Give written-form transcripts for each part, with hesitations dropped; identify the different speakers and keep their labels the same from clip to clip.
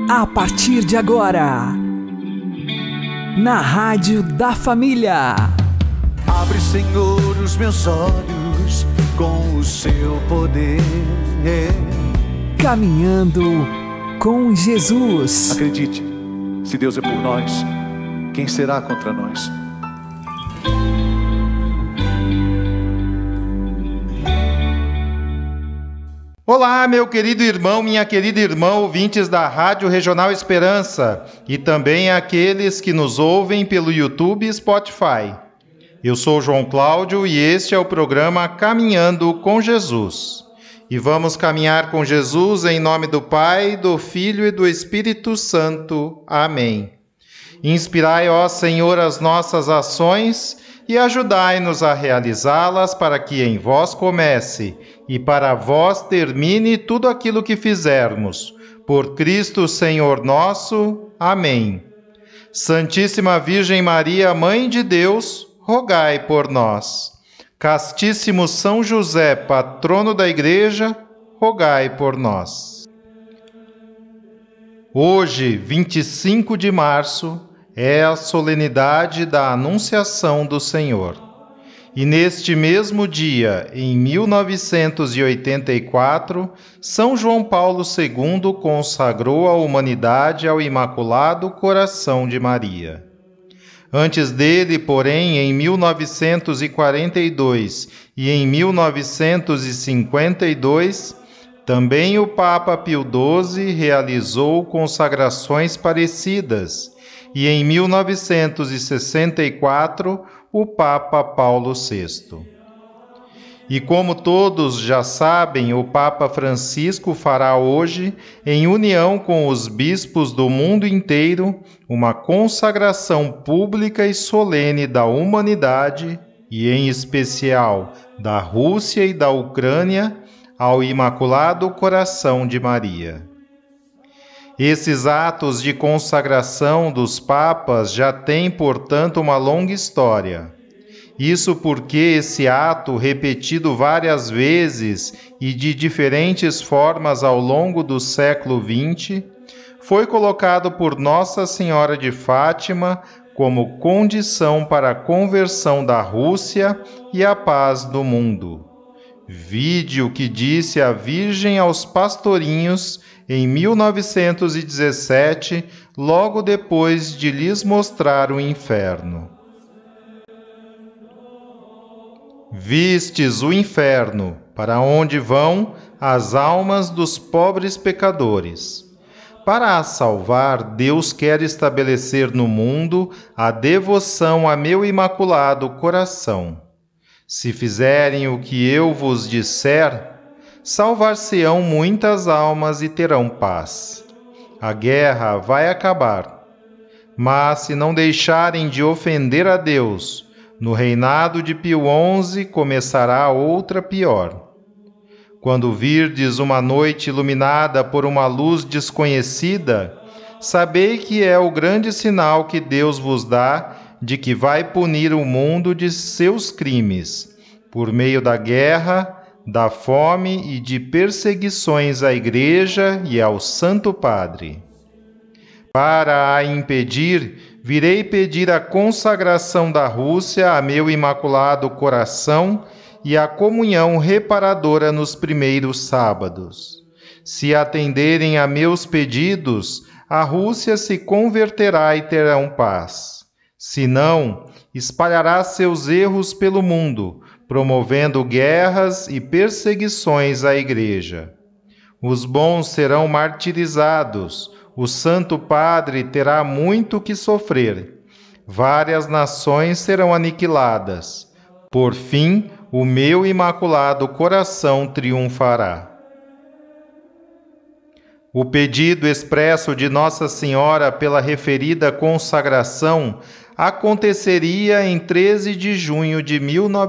Speaker 1: A partir de agora, na Rádio da Família.
Speaker 2: Abre, Senhor, os meus olhos com o seu poder.
Speaker 1: Caminhando com Jesus.
Speaker 2: Acredite, se Deus é por nós, quem será contra nós?
Speaker 3: Olá, meu querido irmão, minha querida irmã, ouvintes da Rádio Regional Esperança e também aqueles que nos ouvem pelo YouTube e Spotify. Eu sou João Cláudio e este é o programa Caminhando com Jesus. E vamos caminhar com Jesus em nome do Pai, do Filho e do Espírito Santo. Amém. Inspirai, ó Senhor, as nossas ações e ajudai-nos a realizá-las para que em vós comece e para vós termine tudo aquilo que fizermos. Por Cristo Senhor nosso. Amém. Santíssima Virgem Maria, Mãe de Deus, rogai por nós. Castíssimo São José, patrono da Igreja, rogai por nós. Hoje, 25 de março, é a solenidade da Anunciação do Senhor. E neste mesmo dia, em 1984, São João Paulo II consagrou a humanidade ao Imaculado Coração de Maria. Antes dele, porém, em 1942 e em 1952, também o Papa Pio XII realizou consagrações parecidas, e em 1964, o Papa Paulo VI. E como todos já sabem, o Papa Francisco fará hoje, em união com os bispos do mundo inteiro, uma consagração pública e solene da humanidade, e em especial da Rússia e da Ucrânia, ao Imaculado Coração de Maria. Esses atos de consagração dos papas já têm, portanto, uma longa história. Isso porque esse ato, repetido várias vezes e de diferentes formas ao longo do século XX, foi colocado por Nossa Senhora de Fátima como condição para a conversão da Rússia e a paz do mundo. Vide o que disse a Virgem aos pastorinhos em 1917, logo depois de lhes mostrar o inferno. Vistes o inferno, para onde vão as almas dos pobres pecadores. Para as salvar, Deus quer estabelecer no mundo a devoção a meu Imaculado Coração. Se fizerem o que eu vos disser, salvar-se-ão muitas almas e terão paz. A guerra vai acabar. Mas se não deixarem de ofender a Deus, no reinado de Pio XI começará outra pior. Quando virdes uma noite iluminada por uma luz desconhecida, sabei que é o grande sinal que Deus vos dá de que vai punir o mundo de seus crimes, por meio da guerra, da fome e de perseguições à Igreja e ao Santo Padre. Para a impedir, virei pedir a consagração da Rússia a meu Imaculado Coração e a comunhão reparadora nos primeiros sábados. Se atenderem a meus pedidos, a Rússia se converterá e terão paz. Se não, espalhará seus erros pelo mundo, promovendo guerras e perseguições à Igreja. Os bons serão martirizados, o Santo Padre terá muito que sofrer. Várias nações serão aniquiladas. Por fim, o meu Imaculado Coração triunfará. O pedido expresso de Nossa Senhora pela referida consagração aconteceria em 13 de junho de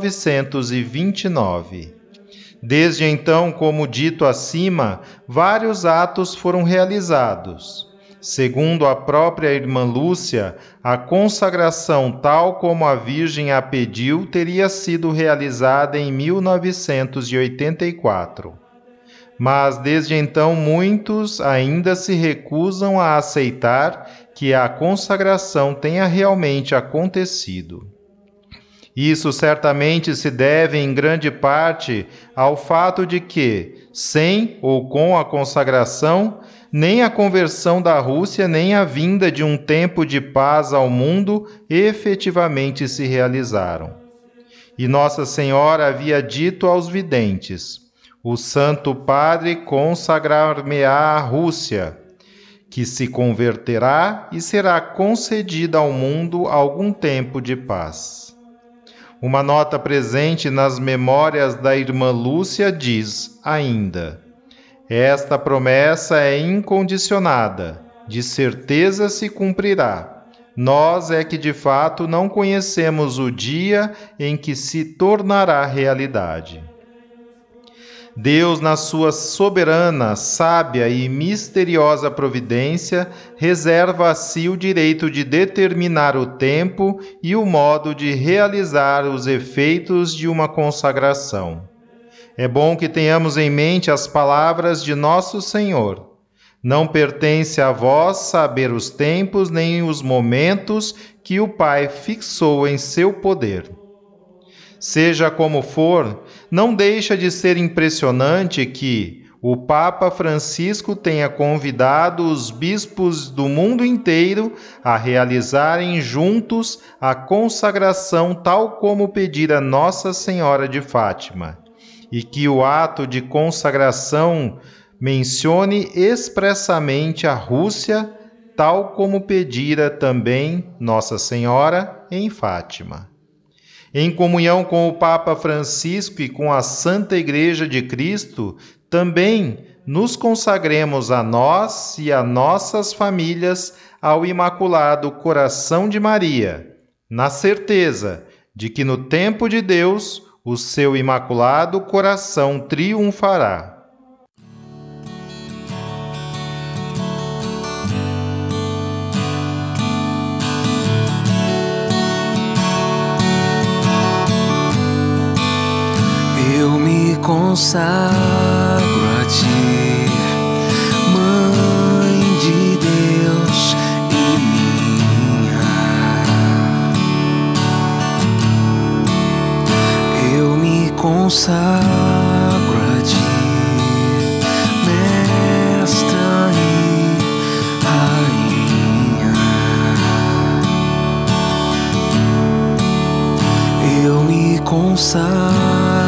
Speaker 3: 1929. Desde então, como dito acima, vários atos foram realizados. Segundo a própria irmã Lúcia, a consagração tal como a Virgem a pediu teria sido realizada em 1984. Mas desde então muitos ainda se recusam a aceitar que a consagração tenha realmente acontecido. Isso certamente se deve em grande parte ao fato de que, sem ou com a consagração, nem a conversão da Rússia nem a vinda de um tempo de paz ao mundo efetivamente se realizaram. E Nossa Senhora havia dito aos videntes: o Santo Padre consagrar-me-á a Rússia, que se converterá e será concedida ao mundo algum tempo de paz. Uma nota presente nas memórias da irmã Lúcia diz ainda: esta promessa é incondicionada, de certeza se cumprirá. Nós é que de fato não conhecemos o dia em que se tornará realidade. Deus, na sua soberana, sábia e misteriosa providência, reserva a si o direito de determinar o tempo e o modo de realizar os efeitos de uma consagração. É bom que tenhamos em mente as palavras de Nosso Senhor: não pertence a vós saber os tempos nem os momentos que o Pai fixou em seu poder. Seja como for, não deixa de ser impressionante que o Papa Francisco tenha convidado os bispos do mundo inteiro a realizarem juntos a consagração tal como pedira Nossa Senhora de Fátima, e que o ato de consagração mencione expressamente a Rússia, tal como pedira também Nossa Senhora em Fátima. Em comunhão com o Papa Francisco e com a Santa Igreja de Cristo, também nos consagremos a nós e a nossas famílias ao Imaculado Coração de Maria, na certeza de que no tempo de Deus o seu Imaculado Coração triunfará.
Speaker 4: Consagro a ti, Mãe de Deus e minha. Eu me consagro a ti, Mestra e Rainha. Eu me consagro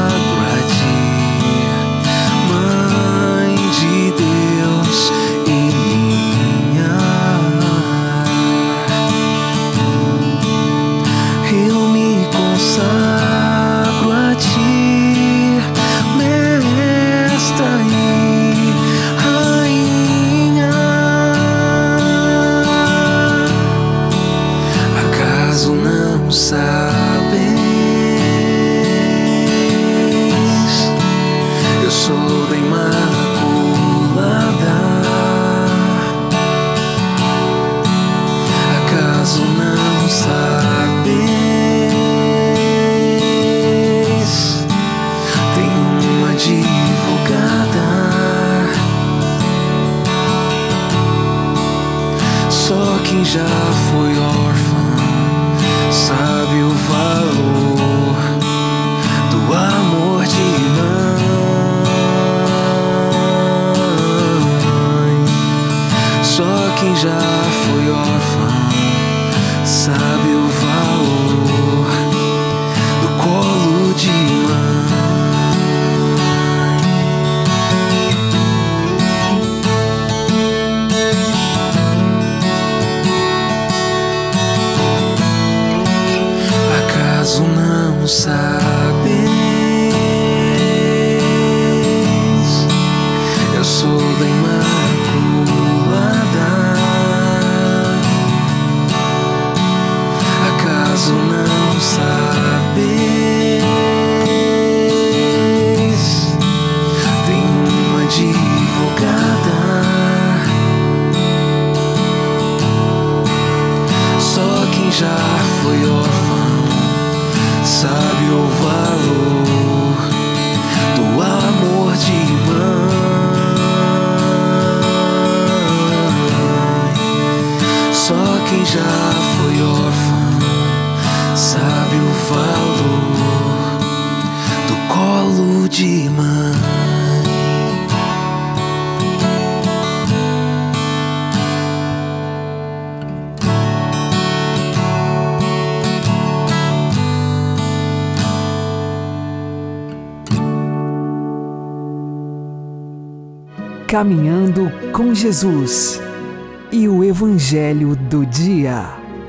Speaker 4: já foi órfã, sabe o valor do amor de mãe. Só quem já foi órfã sabe o valor do colo de mãe. Não sabes, eu sou da Imaculada. Acaso não sabes, tem uma advogada. Só quem já foi órfã sabe o valor do amor de mãe. Só quem já foi órfão sabe o valor do colo de mãe.
Speaker 1: Caminhando com Jesus e o Evangelho do Dia.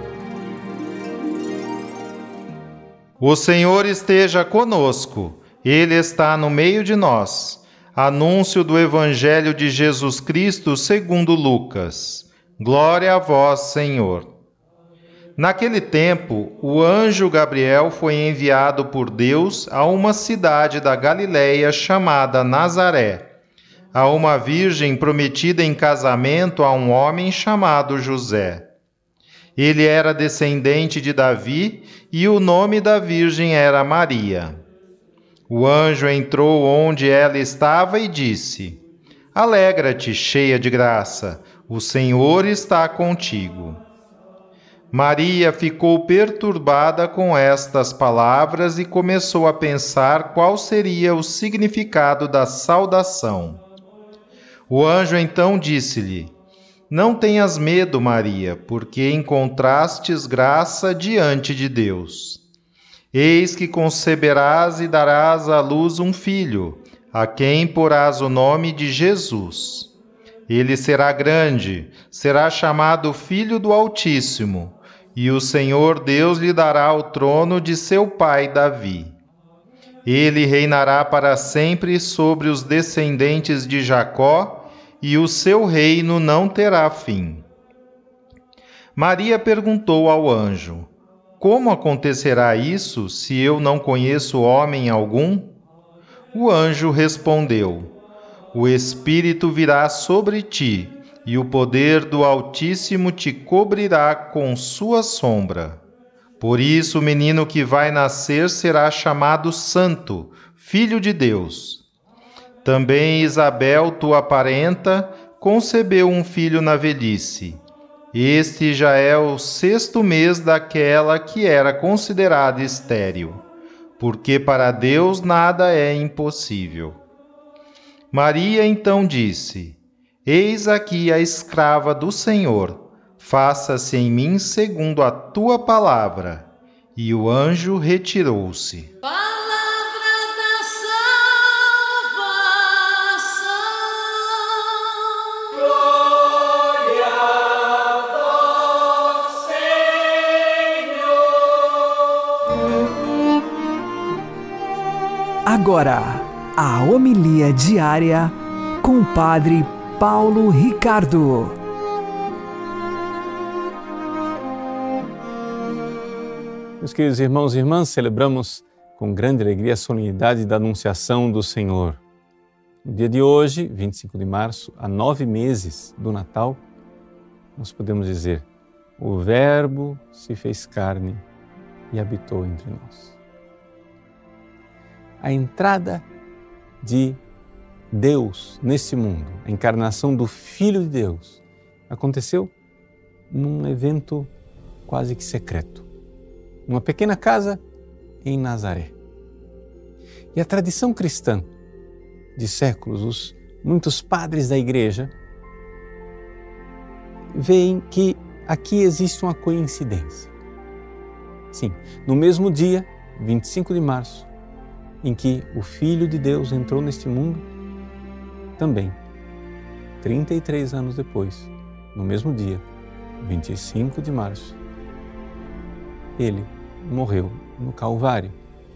Speaker 3: O Senhor esteja conosco, Ele está no meio de nós. Anúncio do Evangelho de Jesus Cristo segundo Lucas. Glória a vós, Senhor. Naquele tempo, o anjo Gabriel foi enviado por Deus a uma cidade da Galileia chamada Nazaré, a uma virgem prometida em casamento a um homem chamado José. Ele era descendente de Davi e o nome da virgem era Maria. O anjo entrou onde ela estava e disse: Alegra-te, cheia de graça, o Senhor está contigo. Maria ficou perturbada com estas palavras e começou a pensar qual seria o significado da saudação. O anjo então disse-lhe: Não tenhas medo, Maria, porque encontrastes graça diante de Deus. Eis que conceberás e darás à luz um filho, a quem porás o nome de Jesus. Ele será grande, será chamado Filho do Altíssimo, e o Senhor Deus lhe dará o trono de seu pai Davi. Ele reinará para sempre sobre os descendentes de Jacó, e o seu reino não terá fim. Maria perguntou ao anjo: Como acontecerá isso, se eu não conheço homem algum? O anjo respondeu: O Espírito virá sobre ti, e o poder do Altíssimo te cobrirá com sua sombra. Por isso o menino que vai nascer será chamado Santo, Filho de Deus. Também Isabel, tua parenta, concebeu um filho na velhice. Este já é o 6º mês daquela que era considerada estéril, porque para Deus nada é impossível. Maria então disse: Eis aqui a escrava do Senhor, faça-se em mim segundo a tua palavra. E o anjo retirou-se.
Speaker 1: Agora, a homilia diária com o Padre Paulo Ricardo.
Speaker 5: Meus queridos irmãos e irmãs, celebramos com grande alegria a solenidade da Anunciação do Senhor. No dia de hoje, 25 de março, a 9 meses do Natal, nós podemos dizer: o Verbo se fez carne e habitou entre nós. A entrada de Deus nesse mundo, a encarnação do Filho de Deus, aconteceu num evento quase que secreto, numa pequena casa em Nazaré. E a tradição cristã de séculos, muitos padres da Igreja, veem que aqui existe uma coincidência. Sim, no mesmo dia, 25 de março, em que o Filho de Deus entrou neste mundo, também, 33 anos depois, no mesmo dia, 25 de março, ele morreu no Calvário.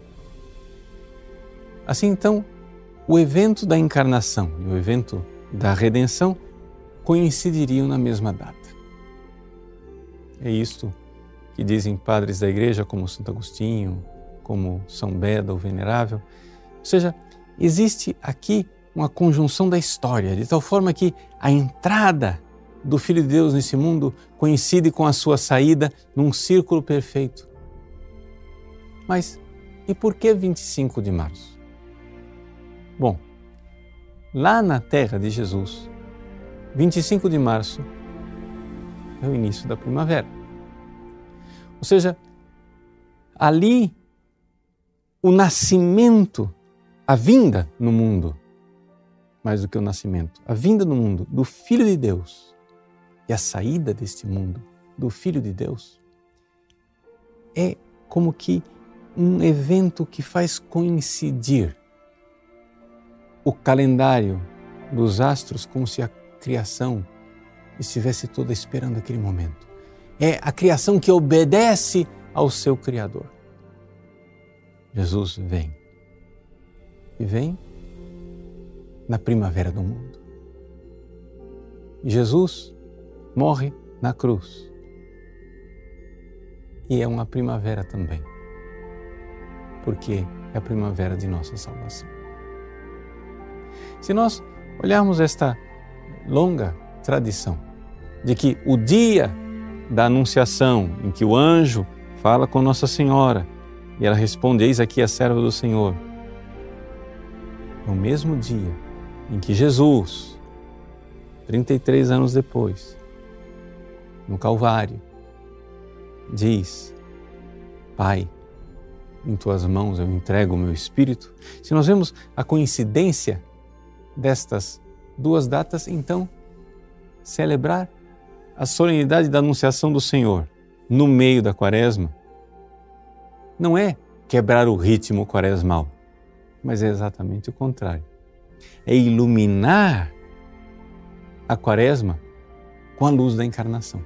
Speaker 5: Assim então, o evento da encarnação e o evento da redenção coincidiriam na mesma data. É isto que dizem padres da Igreja como Santo Agostinho, como São Beda, o Venerável. Ou seja, existe aqui uma conjunção da história, de tal forma que a entrada do Filho de Deus nesse mundo coincide com a sua saída num círculo perfeito. Mas e por que 25 de março? Bom, lá na terra de Jesus, 25 de março é o início da primavera. Ou seja, ali o nascimento, a vinda no mundo, mais do que o nascimento, a vinda no mundo do Filho de Deus e a saída deste mundo do Filho de Deus é como que um evento que faz coincidir o calendário dos astros como se a criação estivesse toda esperando aquele momento. É a criação que obedece ao seu Criador. Jesus vem. E vem na primavera do mundo. E Jesus morre na cruz. E é uma primavera também, porque é a primavera de nossa salvação. Se nós olharmos esta longa tradição de que o dia da Anunciação, em que o anjo fala com Nossa Senhora e ela responde: eis aqui a serva do Senhor, no mesmo dia em que Jesus, 33 anos depois, no Calvário, diz: Pai, em tuas mãos eu entrego o meu espírito. Se nós vemos a coincidência destas duas datas, então celebrar a solenidade da Anunciação do Senhor no meio da Quaresma não é quebrar o ritmo quaresmal, mas é exatamente o contrário. É iluminar a Quaresma com a luz da encarnação.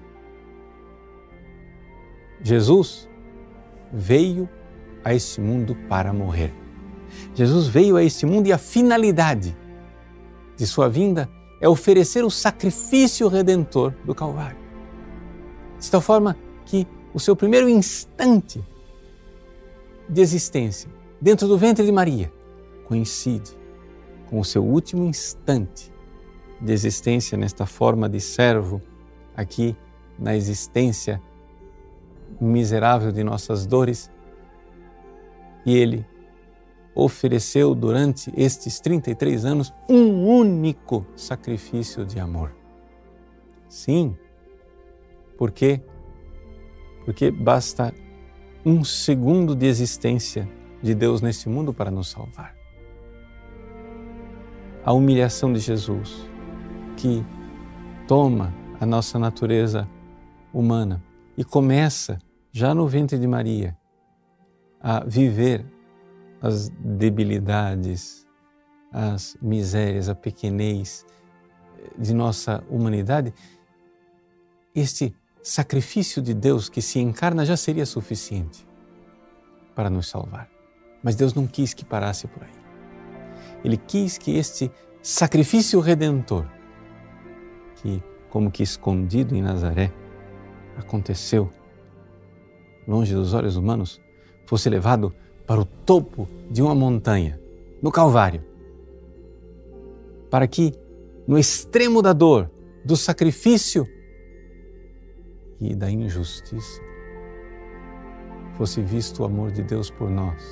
Speaker 5: Jesus veio a este mundo para morrer. Jesus veio a este mundo e a finalidade de sua vinda é oferecer o sacrifício redentor do Calvário. De tal forma que o seu primeiro instante de existência dentro do ventre de Maria coincide com o seu último instante de existência nesta forma de servo aqui na existência miserável de nossas dores, e Ele ofereceu durante estes 33 anos um único sacrifício de amor. Sim, por quê? Porque basta um segundo de existência de Deus nesse mundo para nos salvar. A humilhação de Jesus, que toma a nossa natureza humana e começa, já no ventre de Maria, a viver as debilidades, as misérias, a pequenez de nossa humanidade, este sacrifício de Deus que se encarna já seria suficiente para nos salvar. Mas Deus não quis que parasse por aí. Ele quis que este sacrifício redentor, que como que escondido em Nazaré, aconteceu longe dos olhos humanos, fosse levado para o topo de uma montanha, no Calvário, para que no extremo da dor, do sacrifício e da injustiça, fosse visto o amor de Deus por nós.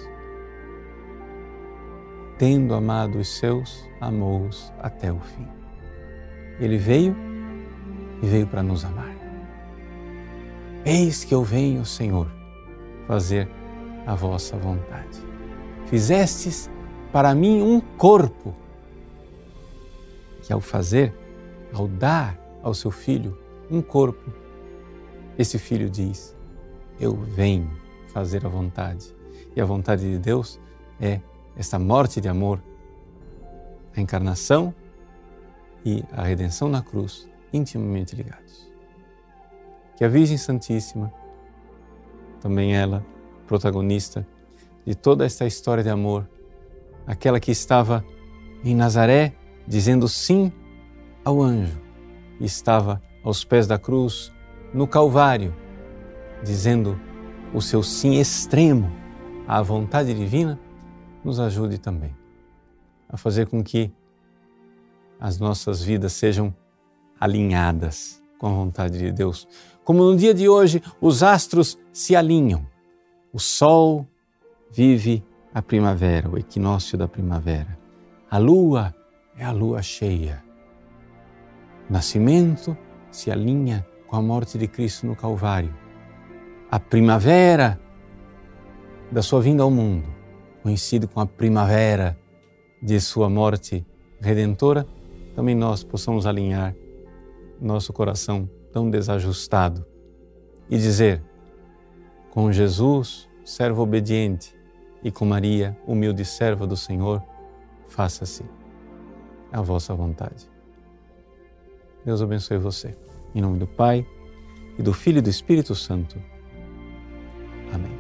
Speaker 5: Tendo amado os seus, amou-os até o fim. Ele veio e veio para nos amar. Eis que eu venho, Senhor, fazer a vossa vontade. Fizestes para mim um corpo, que ao fazer, ao dar ao seu Filho um corpo, esse Filho diz: eu venho fazer a vontade. E a vontade de Deus é esta morte de amor, a encarnação e a redenção na cruz, intimamente ligados. Que a Virgem Santíssima, também ela, protagonista de toda esta história de amor, aquela que estava em Nazaré dizendo sim ao anjo e estava aos pés da cruz, no Calvário, dizendo o seu sim extremo à vontade divina, nos ajude também a fazer com que as nossas vidas sejam alinhadas com a vontade de Deus. Como no dia de hoje os astros se alinham, o sol vive a primavera, o equinócio da primavera. A lua é a lua cheia. O nascimento se alinha com a morte de Cristo no Calvário, a primavera da sua vinda ao mundo, coincide com a primavera de sua morte redentora, também nós possamos alinhar nosso coração tão desajustado e dizer: com Jesus, servo obediente, e com Maria, humilde serva do Senhor, faça-se a vossa vontade. Deus abençoe você. Em nome do Pai, e do Filho e do Espírito Santo. Amém.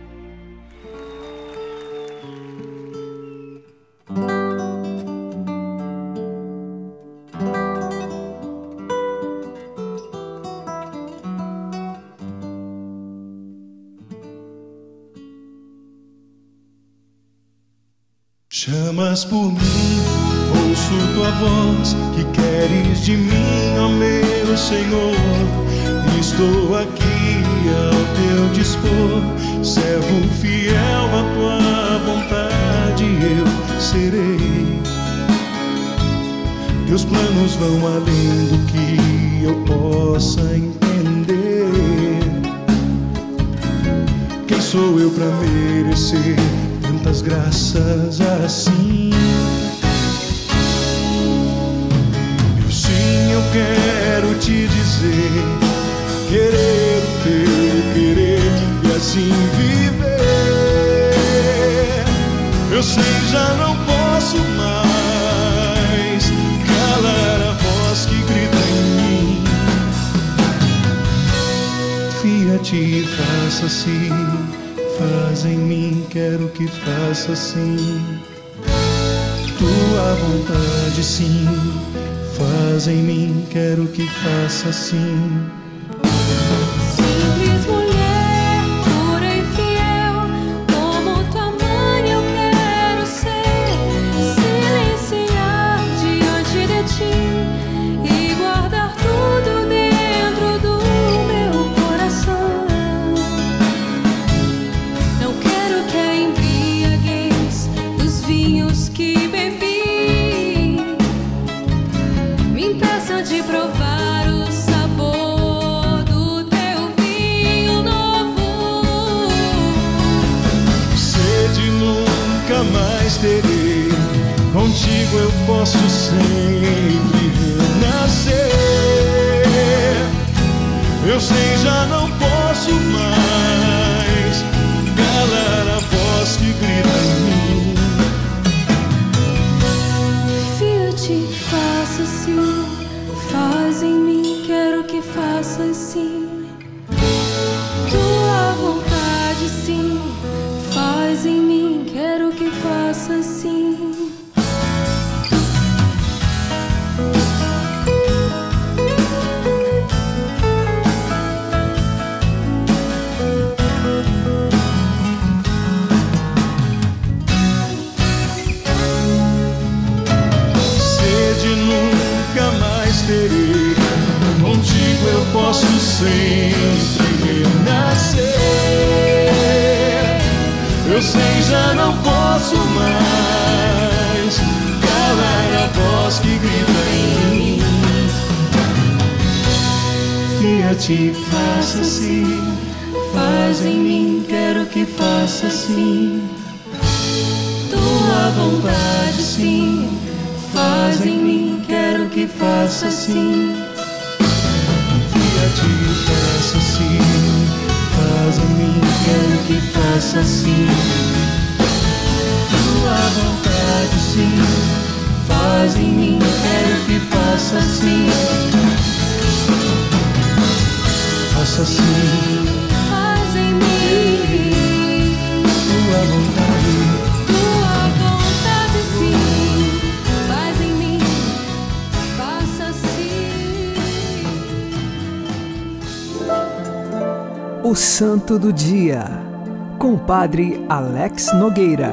Speaker 6: Chamas por mim, ouço tua voz, que queres de mim, ó meu Senhor. Estou aqui ao teu dispor, servo fiel à tua vontade eu serei. Teus planos vão além do que eu possa entender. Quem sou eu para merecer tantas graças assim? Meu sim, eu quero te dizer, querer o teu querer e assim viver. Eu sei, já não posso mais calar a voz que grita em mim. Fia-te, faça assim. Faz em mim, quero que faça assim. Tua vontade, sim. Faz em mim, quero que faça assim.
Speaker 7: Simples mulher, pura e fiel, como tua mãe eu quero ser. Silenciar diante de ti e guardar tudo dentro do meu coração. Vinhos que bebi me impeçam de provar o sabor do teu vinho novo.
Speaker 6: Sede nunca mais terei, contigo eu posso sempre renascer. Eu sei, já não posso mais calar a voz que grita em mim.
Speaker 7: Faça assim, faz em mim, quero que faça assim. Tua vontade, sim, faz em mim, quero que faça assim.
Speaker 6: Contigo eu posso sempre renascer. Eu sei, já não posso mais calar a voz que grita em mim. Fia-te, faça assim. Faz em mim, quero que faça assim. Tua vontade, sim. Faz em mim, quero que faça assim. Fia-te, faça assim. Faz em mim, quero que faça assim. Tua vontade, sim. Faz em mim, quero que faça assim. Faça assim.
Speaker 7: Faz em mim.
Speaker 6: Tua vontade.
Speaker 1: O Santo do Dia, com o Padre Alex Nogueira.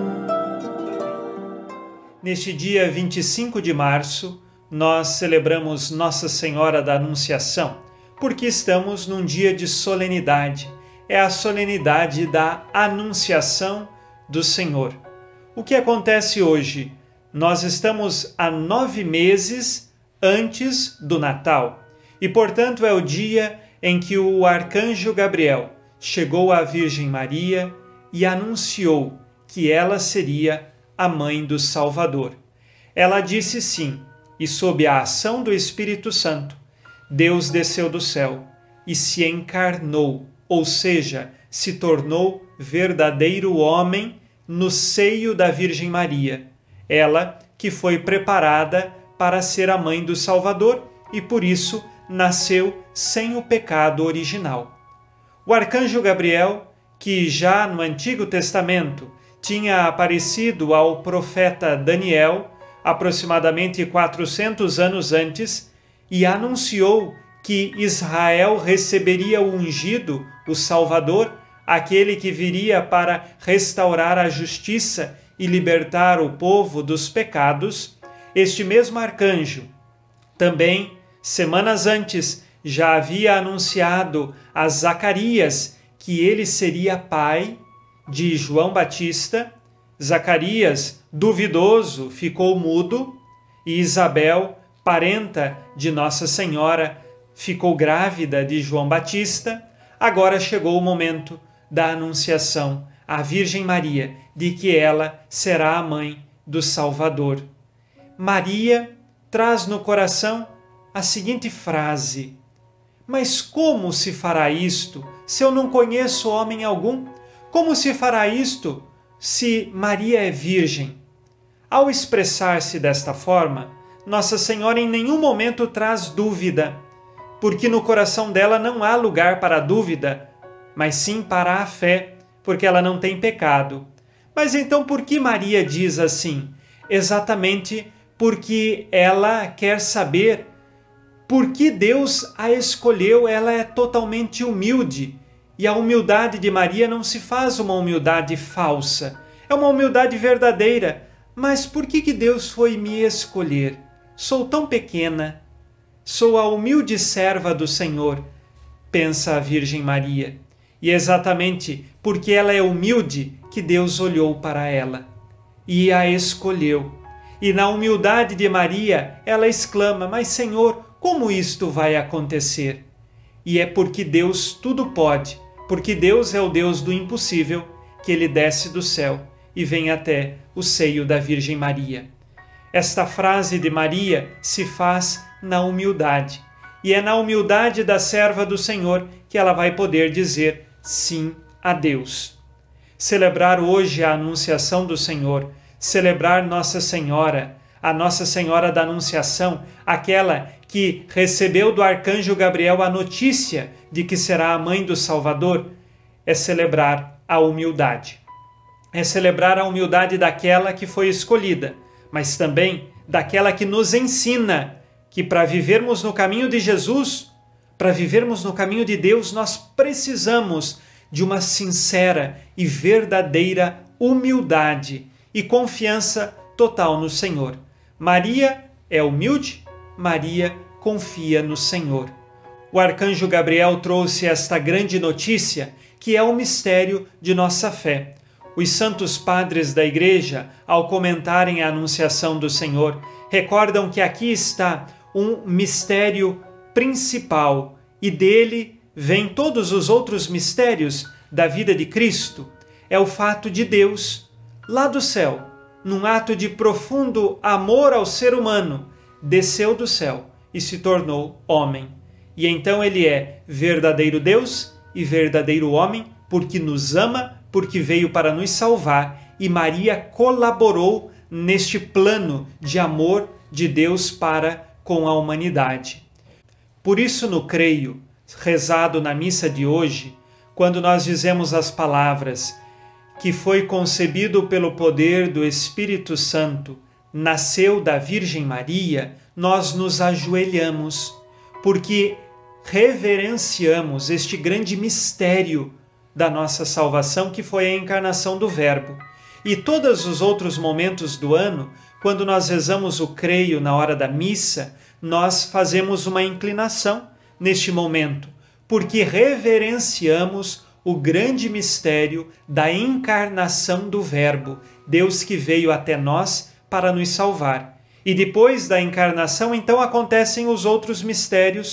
Speaker 8: Neste dia 25 de março, nós celebramos Nossa Senhora da Anunciação, porque estamos num dia de solenidade. É a solenidade da Anunciação do Senhor. O que acontece hoje? Nós estamos a 9 meses antes do Natal. E, portanto, é o dia em que o arcanjo Gabriel chegou à Virgem Maria e anunciou que ela seria a mãe do Salvador. Ela disse sim, e sob a ação do Espírito Santo, Deus desceu do céu e se encarnou, ou seja, se tornou verdadeiro homem no seio da Virgem Maria. Ela que foi preparada para ser a mãe do Salvador e por isso nasceu sem o pecado original. O arcanjo Gabriel, que já no Antigo Testamento tinha aparecido ao profeta Daniel, aproximadamente 400 anos antes, e anunciou que Israel receberia o ungido, o Salvador, aquele que viria para restaurar a justiça e libertar o povo dos pecados, este mesmo arcanjo também, semanas antes, já havia anunciado a Zacarias que ele seria pai de João Batista. Zacarias, duvidoso, ficou mudo, e Isabel, parenta de Nossa Senhora, ficou grávida de João Batista. Agora chegou o momento da anunciação à Virgem Maria de que ela será a mãe do Salvador. Maria traz no coração a seguinte frase: mas como se fará isto se eu não conheço homem algum? Como se fará isto se Maria é virgem? Ao expressar-se desta forma, Nossa Senhora em nenhum momento traz dúvida, porque no coração dela não há lugar para a dúvida, mas sim para a fé, porque ela não tem pecado. Mas então por que Maria diz assim? Exatamente porque ela quer saber por que Deus a escolheu. Ela é totalmente humilde, e a humildade de Maria não se faz uma humildade falsa, é uma humildade verdadeira. Mas por que Deus foi me escolher? Sou tão pequena, sou a humilde serva do Senhor, pensa a Virgem Maria. E é exatamente porque ela é humilde que Deus olhou para ela e a escolheu. E na humildade de Maria, ela exclama: mas Senhor, como isto vai acontecer? E é porque Deus tudo pode, porque Deus é o Deus do impossível, que ele desce do céu e vem até o seio da Virgem Maria. Esta frase de Maria se faz na humildade, e é na humildade da serva do Senhor que ela vai poder dizer sim a Deus. Celebrar hoje a Anunciação do Senhor, celebrar Nossa Senhora, a Nossa Senhora da Anunciação, aquela que recebeu do arcanjo Gabriel a notícia de que será a mãe do Salvador, é celebrar a humildade. É celebrar a humildade daquela que foi escolhida, mas também daquela que nos ensina que para vivermos no caminho de Jesus, para vivermos no caminho de Deus, nós precisamos de uma sincera e verdadeira humildade e confiança total no Senhor. Maria é humilde, Maria confia no Senhor. O arcanjo Gabriel trouxe esta grande notícia, que é o mistério de nossa fé. Os santos padres da Igreja, ao comentarem a Anunciação do Senhor, recordam que aqui está um mistério principal e dele vêm todos os outros mistérios da vida de Cristo. É o fato de Deus, lá do céu, num ato de profundo amor ao ser humano, desceu do céu e se tornou homem. E então ele é verdadeiro Deus e verdadeiro homem, porque nos ama, porque veio para nos salvar, e Maria colaborou neste plano de amor de Deus para com a humanidade. Por isso, no creio, rezado na missa de hoje, quando nós dizemos as palavras que foi concebido pelo poder do Espírito Santo, nasceu da Virgem Maria, nós nos ajoelhamos, porque reverenciamos este grande mistério da nossa salvação, que foi a encarnação do Verbo. E todos os outros momentos do ano, quando nós rezamos o creio na hora da missa, nós fazemos uma inclinação neste momento, porque reverenciamos o grande mistério da encarnação do Verbo, Deus que veio até nós para nos salvar. E depois da encarnação, então, acontecem os outros mistérios,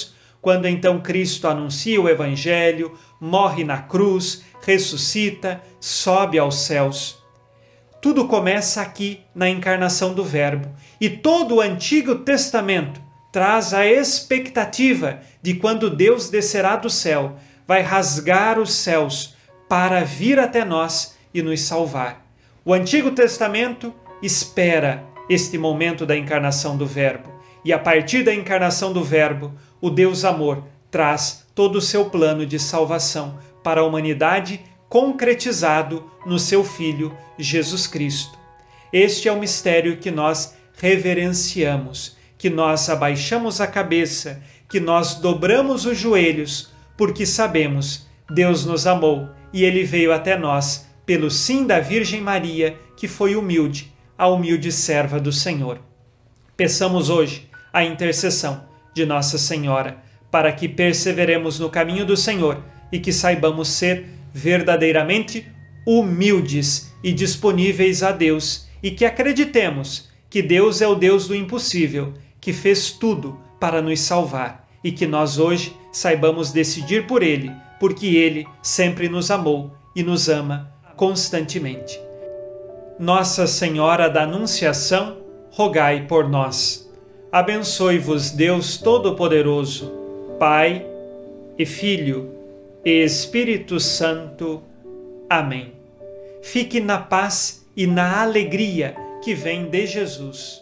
Speaker 8: quando então Cristo anuncia o Evangelho, morre na cruz, ressuscita, sobe aos céus. Tudo começa aqui na encarnação do Verbo, e todo o Antigo Testamento traz a expectativa de quando Deus descerá do céu, vai rasgar os céus para vir até nós e nos salvar. O Antigo Testamento espera este momento da encarnação do Verbo, e a partir da encarnação do Verbo, o Deus Amor traz todo o seu plano de salvação para a humanidade, concretizado no seu Filho Jesus Cristo. Este é o mistério que nós reverenciamos, que nós abaixamos a cabeça, que nós dobramos os joelhos, porque sabemos, Deus nos amou e Ele veio até nós pelo sim da Virgem Maria, que foi humilde, a humilde serva do Senhor. Peçamos hoje a intercessão de Nossa Senhora, para que perseveremos no caminho do Senhor e que saibamos ser verdadeiramente humildes e disponíveis a Deus, e que acreditemos que Deus é o Deus do impossível, que fez tudo para nos salvar, e que nós hoje saibamos decidir por Ele, porque Ele sempre nos amou e nos ama constantemente. Nossa Senhora da Anunciação, rogai por nós. Abençoe-vos Deus Todo-Poderoso, Pai e Filho e Espírito Santo. Amém. Fique na paz e na alegria que vem de Jesus.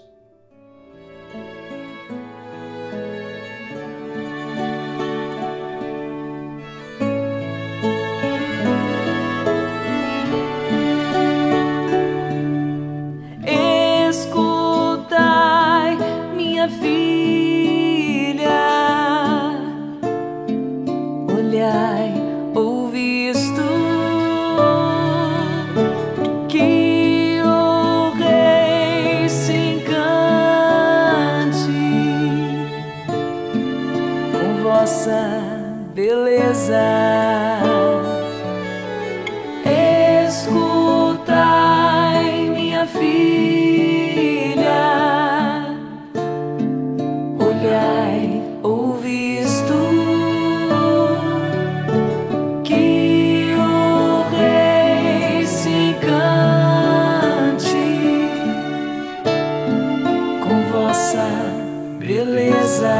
Speaker 7: Escutai, minha filha, olhai, ouvi isto, que o Rei se encante com vossa beleza. Escutai, minha filha, olhai, ouvi isto, que o Rei se encante com vossa beleza.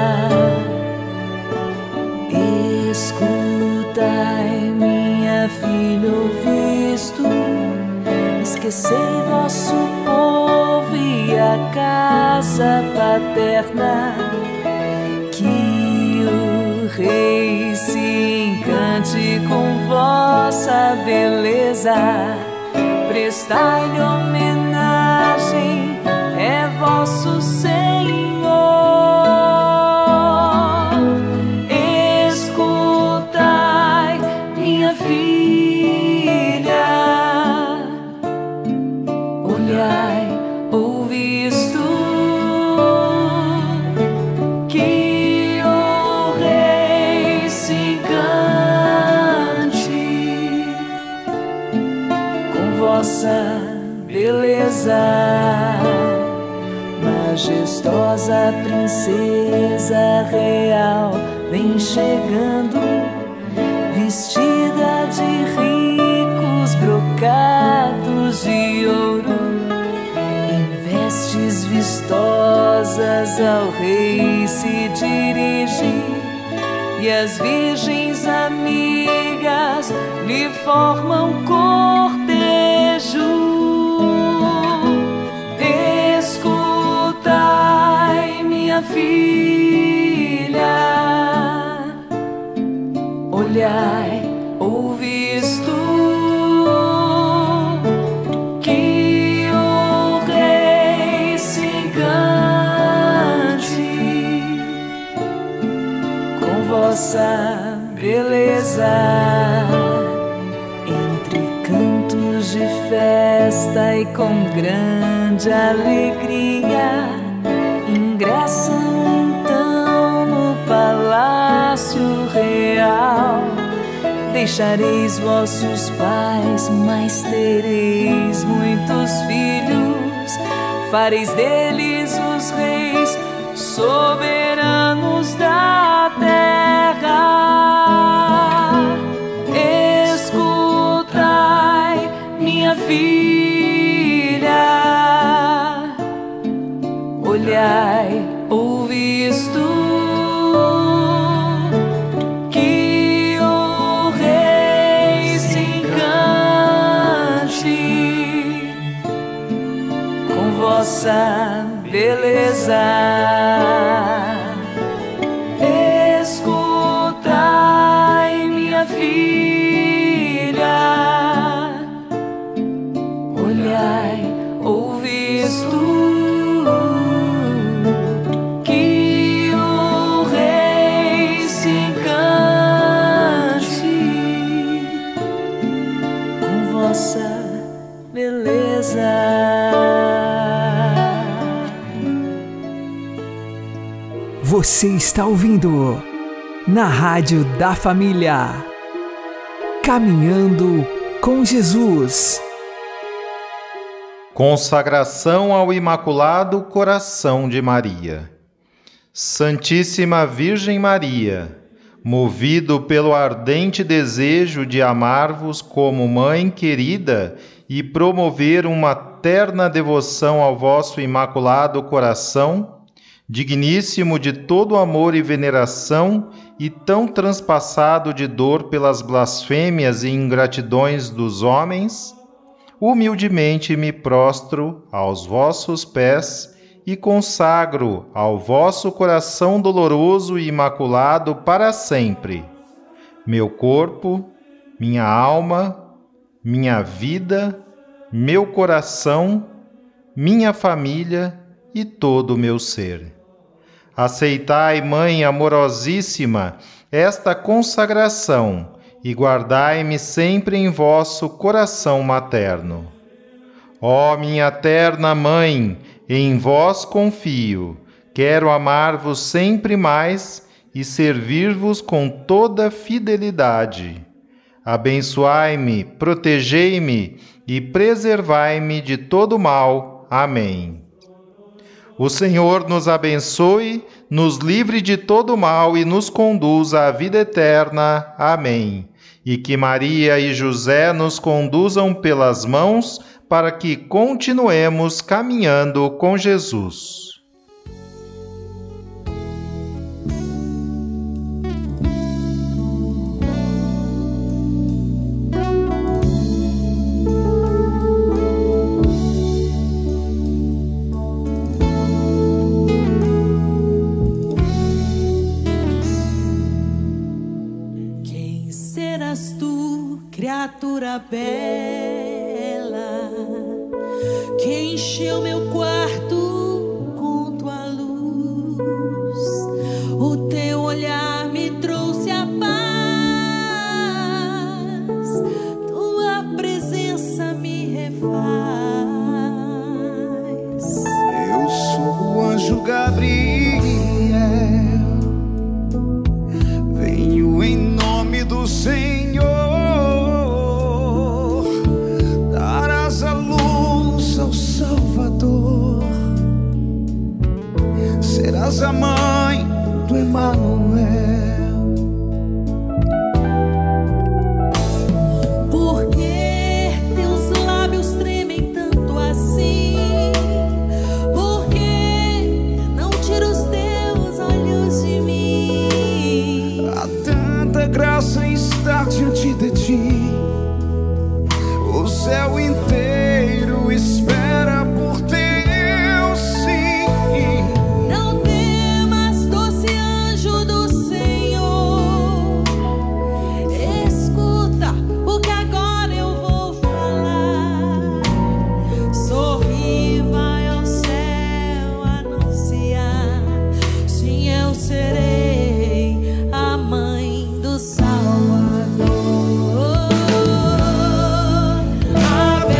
Speaker 7: Escutai, minha filha, ouvi isto, esquecei vosso povo e a casa paterna, que o Rei se encante com vossa beleza. Prestai-lhe homenagem, é vosso Senhor. Escutai, minha filha, olhai, ouvi isto, que o Rei se encante com vossa beleza. Majestosa princesa real vem chegando, vestida de ricos brocados de ouro, em vestes vistosas ao Rei se dirige, e as virgens amigas lhe formam cortejo. Escutai, minha filha, olhai, ouvi isto, que o Rei se encante com vossa beleza. Entre cantos de festa e com grande alegria, ingressam então no palácio real. Deixareis vossos pais, mas tereis muitos filhos, fareis deles os reis soberanos da terra. Olhai, ouvistes que o Rei se encante com vossa beleza. Escutai, minha filha, olhai, ouvistes que o Rei se encante com vossa beleza.
Speaker 1: Você está ouvindo na Rádio da Família, Caminhando com Jesus.
Speaker 3: Consagração ao Imaculado Coração de Maria. Santíssima Virgem Maria, movido pelo ardente desejo de amar-vos como mãe querida e promover uma terna devoção ao vosso Imaculado Coração, digníssimo de todo amor e veneração e tão transpassado de dor pelas blasfêmias e ingratidões dos homens, humildemente me prostro aos vossos pés e consagro ao vosso coração doloroso e imaculado para sempre meu corpo, minha alma, minha vida, meu coração, minha família e todo o meu ser. Aceitai, Mãe amorosíssima, esta consagração e guardai-me sempre em vosso coração materno. Ó minha terna Mãe, em vós confio, quero amar-vos sempre mais e servir-vos com toda fidelidade. Abençoai-me, protegei-me e preservai-me de todo mal. Amém. O Senhor nos abençoe, nos livre de todo mal e nos conduza à vida eterna. Amém. E que Maria e José nos conduzam pelas mãos para que continuemos caminhando com Jesus.
Speaker 9: Criatura bela, que encheu meu quarto com tua luz, o teu olhar me trouxe a paz, tua presença me refaz.
Speaker 2: Eu sou o anjo Gabriel, venho em nome do Senhor. Serás a mãe do Emanuel.
Speaker 9: Por que teus lábios tremem tanto assim? Por que não tira os teus olhos de mim?
Speaker 2: Há tanta graça em estar diante de ti. O céu inteiro espera por teu sim.
Speaker 9: Ave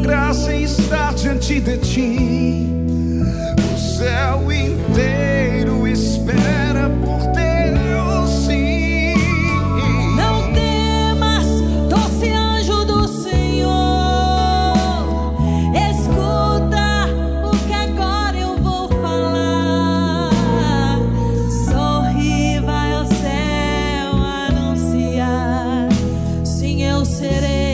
Speaker 6: graça em estar diante de ti. O céu inteiro espera por teu sim.
Speaker 9: Não temas, doce anjo do Senhor. Escuta o que agora eu vou falar. Sorri, vai ao céu anunciar. Sim, eu serei